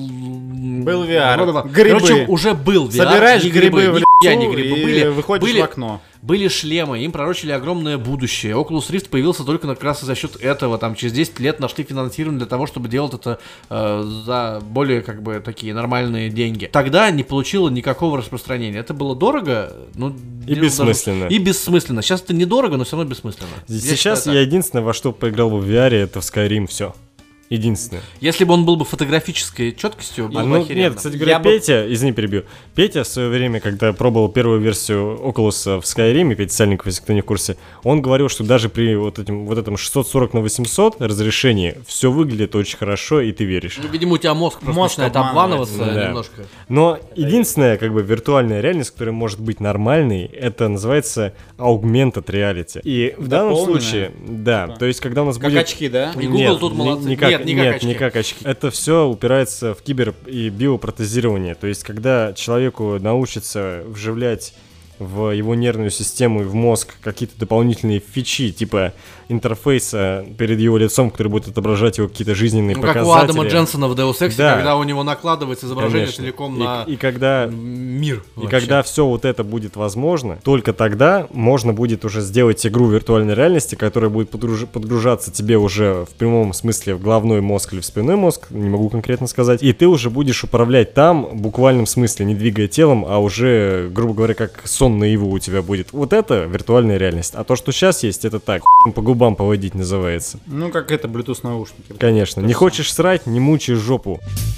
VR. Грибы. Короче, уже был VR. Собираешь грибы в лесу не грибы. и выходишь в окно. Были шлемы, им пророчили огромное будущее. Oculus Rift появился только как раз за счет этого. Там через 10 лет нашли финансирование для того, чтобы делать это за более как бы такие нормальные деньги. Тогда не получило никакого распространения. Это было дорого, ну, и бессмысленно. И бессмысленно. Сейчас это недорого, но все равно бессмысленно. Сейчас я единственное, во что поиграл в VR, это в Skyrim, все. Единственное. Если бы он был бы фотографической четкостью, было бы охеренно. Нет, кстати говоря, Петя, извини, перебью. Петя в свое время, когда пробовал первую версию Oculus в Skyrim, Петя Сальников, если кто не в курсе, он говорил, что даже при вот этом 640x800 разрешении все выглядит очень хорошо, и ты веришь. Ну, видимо, у тебя мозг просто начинает обманываться немножко. Но единственная, как бы, виртуальная реальность, которая может быть нормальной, это называется augmented reality. И в данном случае, да, то есть, когда у нас Как будет... очки, да? И Google тут молодцы. Нет, не как очки. Это все упирается в кибер- и биопротезирование. То есть, когда человеку научится вживлять в его нервную систему и в мозг какие-то дополнительные фичи, типа интерфейса перед его лицом, который будет отображать его какие-то жизненные показатели. Как у Адама Дженсона в Deus Ex, Да. когда у него накладывается изображение Конечно. целиком на И когда мир. И вообще. когда все вот это будет возможно, только тогда можно будет уже сделать игру виртуальной реальности, которая будет подгружаться тебе уже в прямом смысле в головной мозг или в спинной мозг, не могу конкретно сказать, и ты уже будешь управлять там в буквальном смысле, не двигая телом, а уже, грубо говоря, как сон наяву у тебя будет. Вот это виртуальная реальность. А то, что сейчас есть, это так, по губам поводить называется. Ну, как это, Bluetooth наушники. Конечно. Не хочешь срать, не мучай жопу.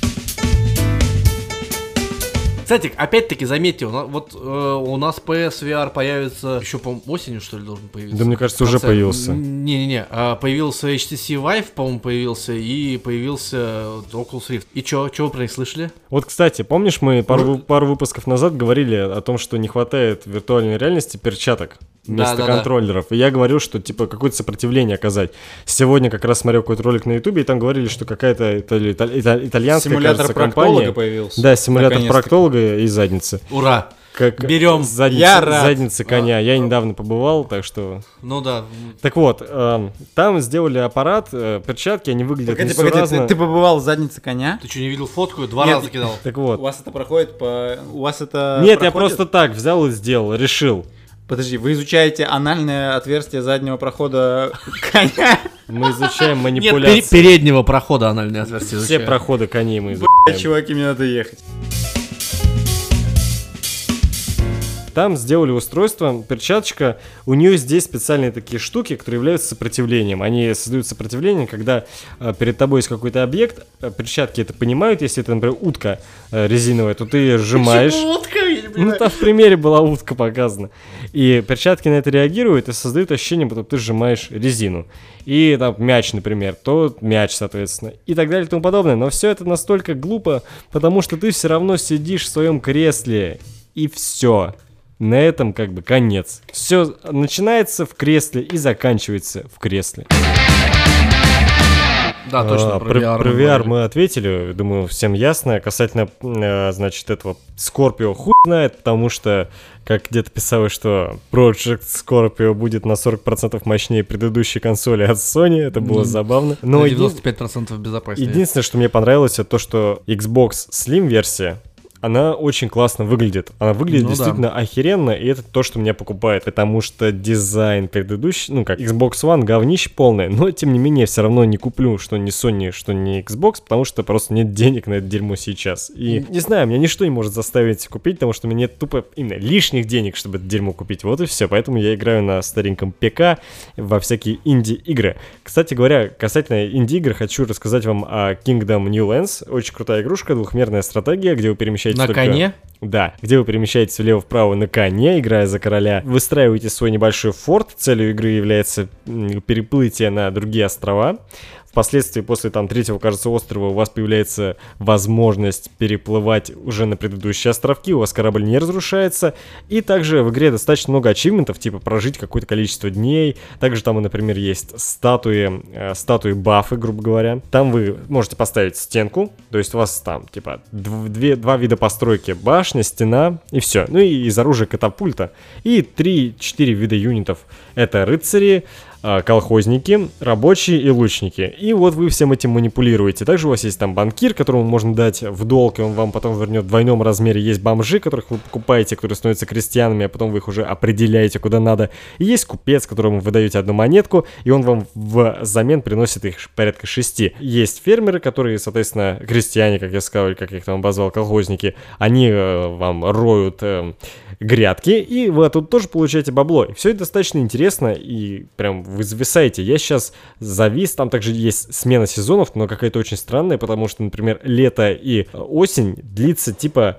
Кстати, опять-таки, заметьте, у нас PS VR появится еще, по-моему, осенью, что ли, должен появиться? Да, мне кажется, В уже конце. появился. Не-не-не, появился HTC Vive, по-моему, появился, и появился Oculus Rift. И чё вы про них слышали? Вот, кстати, помнишь, мы пару выпусков назад говорили о том, что не хватает в виртуальной реальности перчаток вместо Да. контроллеров. И я говорил, что, типа, какое-то сопротивление оказать. Сегодня как раз смотрел какой-то ролик на Ютубе, и там говорили, что какая-то итальянская, Симулятор кажется, проктолога компания... появился. Да, симулятор Наконец-таки. проктолога и задницы. Ура! Как Берем. Я рад. задницы коня. Я недавно побывал, так что... Ну да. Так вот, там сделали аппарат, перчатки, они выглядят Погоди, несуразно. ты побывал в заднице коня? Ты что, не видел фотку? Два Нет, раза кидал. Так У вот. вас это проходит по... У вас это Нет, я проходит- просто так взял и сделал, решил. Подожди, вы изучаете анальное отверстие заднего прохода коня? Мы изучаем Нет, манипуляции. переднего прохода анальное отверстие. Все изучаю. проходы коней мы изучаем. Чуваки, мне надо ехать. Там сделали устройство, перчаточка, у нее здесь специальные такие штуки, которые являются сопротивлением. Они создают сопротивление, когда перед тобой есть какой-то объект, перчатки это понимают, если это, например, утка резиновая, то ты ее сжимаешь. Ну, там в примере была утка показана. И перчатки на это реагируют и создают ощущение, будто ты сжимаешь резину. И там мяч, например, то мяч, соответственно, и так далее и тому подобное. Но все это настолько глупо, потому что ты все равно сидишь в своем кресле, и все. На этом как бы конец. Все начинается в кресле и заканчивается в кресле. Да, точно, Про VR мы ответили, думаю, всем ясно. Касательно, значит, этого Scorpio хуй знает, потому что, как где-то писалось, что Project Scorpio будет на 40% мощнее предыдущей консоли от Sony, это было забавно. Но Но 95% безопаснее. единственное, что мне понравилось, это то, что Xbox Slim версия, она очень классно выглядит. Она выглядит Ну действительно охеренно, и это то, что меня покупает. Потому что дизайн предыдущий, ну как Xbox One, говнище полное, но тем не менее все равно не куплю, что ни Sony, что ни Xbox, потому что просто нет денег на это дерьмо сейчас. И не знаю, меня ничто не может заставить купить, потому что у меня нет тупо именно лишних денег, чтобы это дерьмо купить. Вот и все. Поэтому я играю на стареньком ПК во всякие инди-игры. Кстати говоря, касательно инди-игр, хочу рассказать вам о Kingdom New Lands. Очень крутая игрушка, двухмерная стратегия, где вы перемещаетесь На только... коне? Да, где вы перемещаетесь влево-вправо на коне, играя за короля, выстраиваете свой небольшой форт, целью игры является переплытие на другие острова. Впоследствии, после там третьего, кажется, острова, у вас появляется возможность переплывать уже на предыдущие островки, у вас корабль не разрушается, и также в игре достаточно много ачивментов, типа прожить какое-то количество дней, также там, например, есть статуи бафы, грубо говоря, там вы можете поставить стенку, то есть у вас там, типа, два вида постройки, башня, стена, и все, ну и из оружия катапульта, и 3-4 вида юнитов, это рыцари, колхозники, рабочие и лучники. И вот вы всем этим манипулируете. Также у вас есть там банкир, которому можно дать в долг, и он вам потом вернет в двойном размере. Есть бомжи, которых вы покупаете, которые становятся крестьянами, а потом вы их уже определяете куда надо. И есть купец, которому вы даете одну монетку, и он вам взамен приносит их порядка 6. Есть фермеры, которые, соответственно, крестьяне, как я сказал, или как я их там обозвал, колхозники, они вам роют грядки, и вы тут тоже получаете бабло. И все это достаточно интересно, и прям в вы зависаете. Я сейчас завис, там также есть смена сезонов, но какая-то очень странная, потому что, например, лето и осень длится типа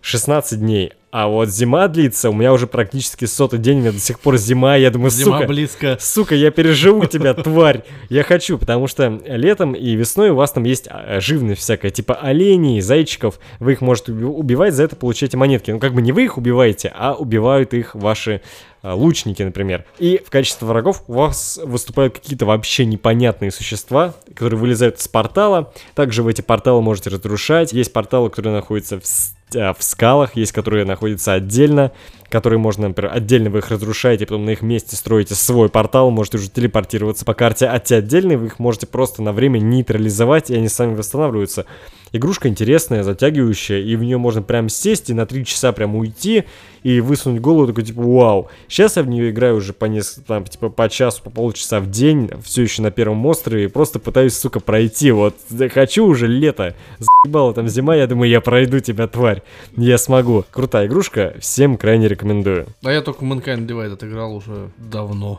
16 дней. А вот зима длится, у меня уже практически 100-й день, у меня до сих пор зима, я думаю, Зима сука, близко. сука, я переживу тебя, тварь. Я хочу, потому что летом и весной у вас там есть живность всякая, типа оленей, зайчиков. Вы их можете убивать, за это получаете монетки. Ну, как бы не вы их убиваете, а убивают их ваши лучники, например. И в качестве врагов у вас выступают какие-то вообще непонятные существа, которые вылезают из портала. Также в эти порталы можете разрушать. Есть порталы, которые находятся в скалах, есть которые находятся отдельно, которые можно, например, отдельно вы их разрушаете, потом на их месте строите свой портал, можете уже телепортироваться по карте, а те отдельные вы их можете просто на время нейтрализовать, и они сами восстанавливаются. Игрушка интересная, затягивающая, и в нее можно прям сесть и на 3 часа прям уйти и высунуть голову, такой типа вау. Сейчас я в нее играю уже по несколько, там, типа по часу, по полчаса в день, все еще на первом острове, и просто пытаюсь, сука, пройти. Вот хочу уже лето, заебало там зима, я думаю, я пройду тебя, тварь, я смогу. Крутая игрушка, всем крайне рекомендую. А я только в Mankind Divided отыграл уже давно.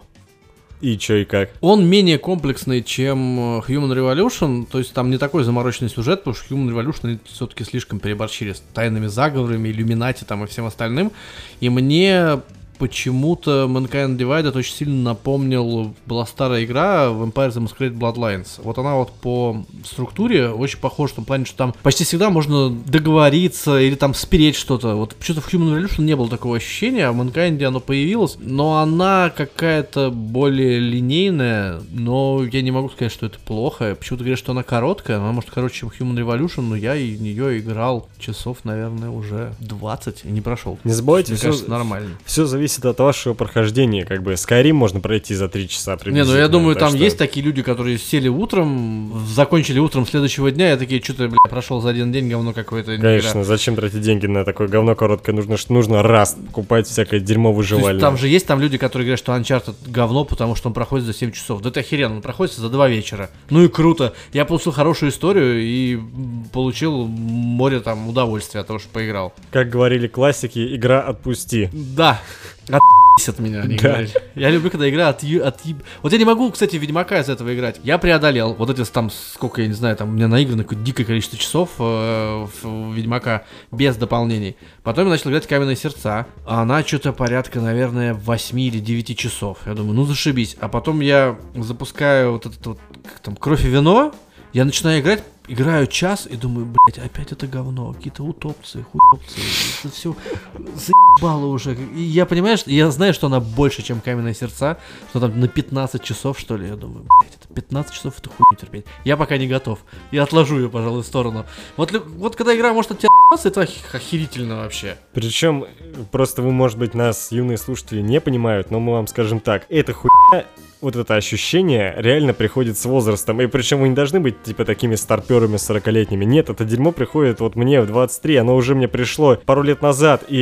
И чё, и как? Он менее комплексный, чем Human Revolution, то есть там не такой замороченный сюжет, потому что Human Revolution они все-таки слишком переборщили с тайными заговорами, Иллюминати там и всем остальным. И мне почему-то Mankind Divided очень сильно напомнил, была старая игра в Empire the Masquerade Bloodlines. Вот она вот по структуре очень похожа в том плане, что там почти всегда можно договориться или там спереть что-то. Вот почему-то в Human Revolution не было такого ощущения, а в Mankind оно появилось, но она какая-то более линейная, но я не могу сказать, что это плохо. Почему-то говорят, что она короткая, она может короче, чем Human Revolution, но я и в нее играл часов, наверное, уже 20 и не прошел. Не забывайте, мне кажется, нормально. Все зависит от вашего прохождения, как бы Skyrim можно пройти за 3 часа приблизительно. Не, ну я думаю, там что... есть такие люди, которые сели утром, закончили утром следующего дня, и такие, что-то, бля, прошел за один день говно какое-то. Конечно, зачем тратить деньги на такое говно короткое? Нужно раз покупать всякое дерьмо выживальное. Там же есть там люди, которые говорят, что Uncharted говно, потому что он проходит за 7 часов. Да это охеренно, он проходит за 2 вечера. Ну и круто. Я получил хорошую историю и получил море там удовольствия от того, что поиграл. Как говорили классики, игра отпусти. Да. От***ись от меня, они говорили. Я люблю, когда игра Вот я не могу, кстати, в Ведьмака из этого играть. Я преодолел вот эти там, сколько, я не знаю, там у меня наиграно какое-то дикое количество часов в Ведьмака без дополнений. Потом я начал играть в Каменные сердца. А она что-то порядка, наверное, 8 или 9 часов. Я думаю, ну зашибись. А потом я запускаю вот этот вот, как там, Кровь и вино. Я начинаю играть, играю час и думаю, блять, опять это говно, какие-то утопцы, хуёпцы, это все заебало уже. И я понимаю, что я знаю, что она больше, чем Каменные сердца, что там на 15 часов, что ли. Я думаю, блять, это 15 часов, это хуйню терпеть. Я пока не готов. Я отложу ее, пожалуй, в сторону. Вот когда игра может от тебя ебаться, это охерительно вообще. Причем, просто вы, может быть, нас, юные слушатели, не понимают, но мы вам скажем так, эта хуйня... Вот это ощущение реально приходит с возрастом. И причем вы не должны быть, типа, такими старперами 40-летними. Нет, это дерьмо приходит вот мне в 23. Оно уже мне пришло пару лет назад. И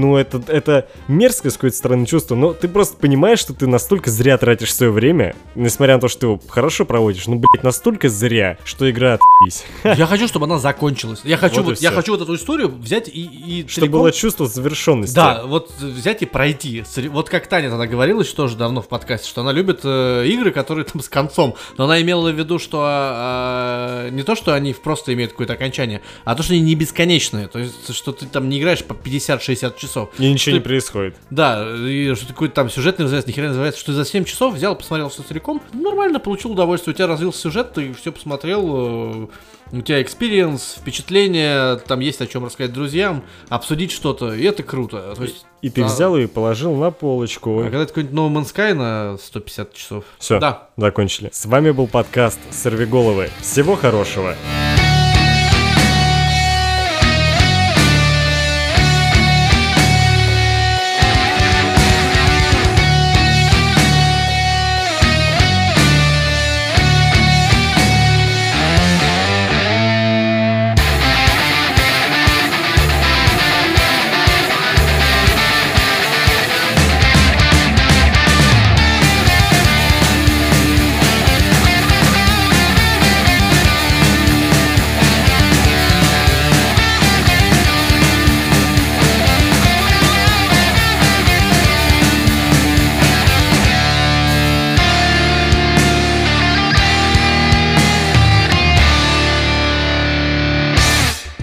это мерзкое с какой-то стороны чувство. Но ты просто понимаешь, что ты настолько зря тратишь свое время. Несмотря на то, что ты его хорошо проводишь. Ну, блядь, настолько зря, что игра отъебись. Я хочу, чтобы она закончилась. Я хочу вот эту историю взять и чтобы было чувство завершенности. Да, вот взять и пройти. Вот как Таня тогда говорила, что тоже давно в подкасте, что она любит игры, которые там с концом. Но она имела в виду, что не то, что они просто имеют какое-то окончание, а то, что они не бесконечные. То есть, что ты там не играешь по 50-60 часов. И ничего не происходит. Да, и что какой-то там сюжет не называется, нихера не называется, что ты за 7 часов взял, посмотрел все целиком, нормально, получил удовольствие, у тебя развился сюжет, ты все посмотрел, у тебя экспириенс, впечатление, там есть о чем рассказать друзьям, обсудить что-то, и это круто. То есть, и ты взял и положил на полочку. А когда это какой-нибудь No Man's Sky на 150 часов. Все, да. Закончили. С вами был подкаст «Сорвиголовы». Всего хорошего.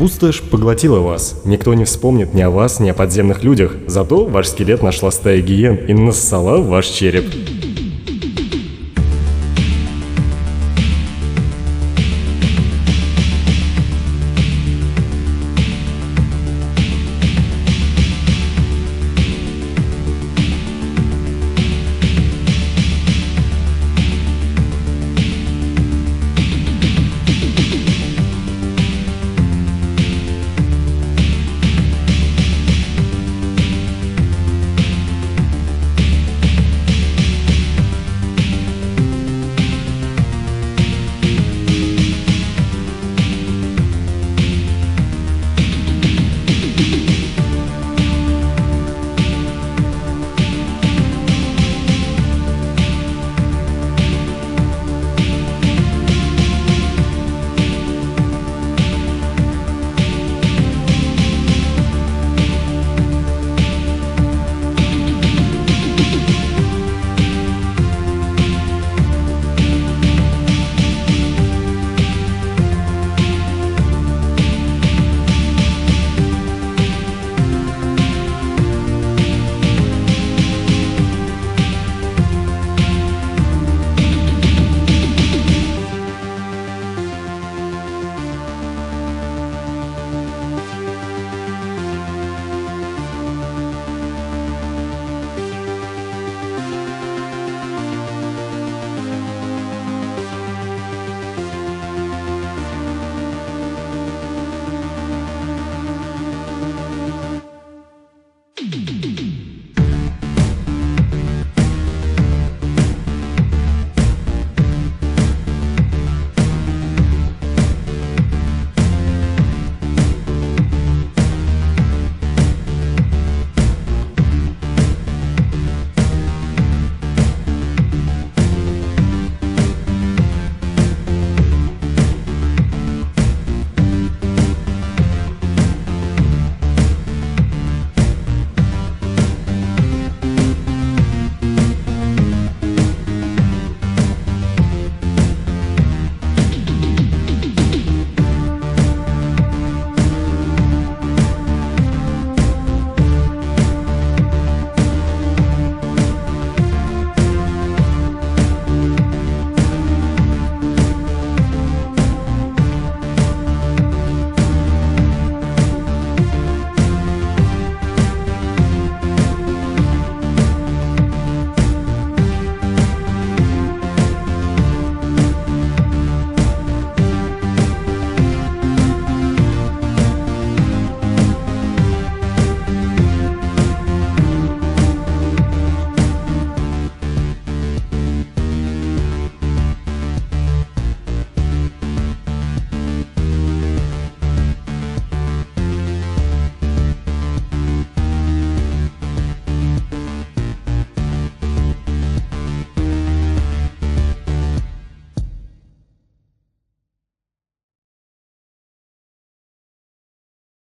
Пустошь поглотила вас. Никто не вспомнит ни о вас, ни о подземных людях. Зато ваш скелет нашла стая гиен и нассала в ваш череп.